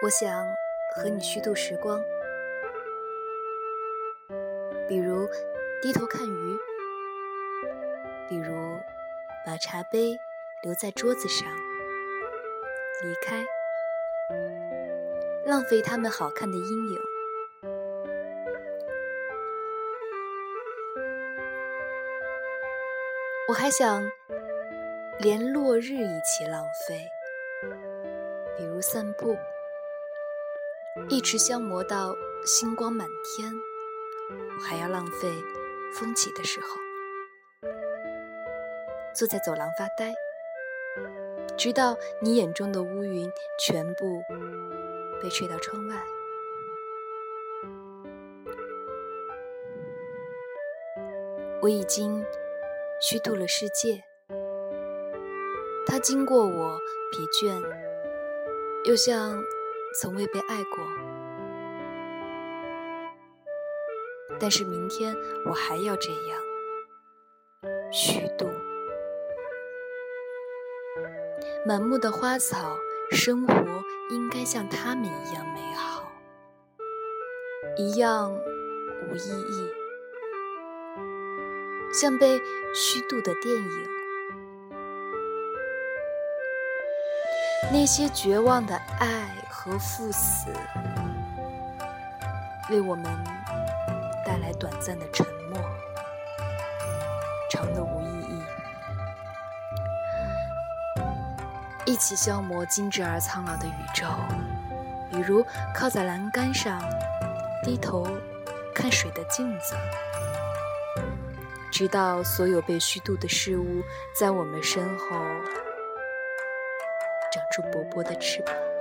我想和你虚度时光，比如低头看鱼，比如把茶杯留在桌子上，离开，浪费它们好看的阴影。我还想连落日一起浪费，比如散步，一直消磨到星光满天，我还要浪费风起的时候，坐在走廊发呆，直到你眼中的乌云全部被吹到窗外。我已经虚度了世界，它经过我疲倦，又像从未被爱过。但是明天我还要这样虚度。满目的花草，生活应该像它们一样美好，一样无意义，像被虚度的电影。那些绝望的爱和赴死，为我们带来短暂的沉默，长的无意义，一起消磨精致而苍老的宇宙。比如靠在栏杆上，低头看水的镜子，直到所有被虚度的事物在我们身后长出薄薄的翅膀。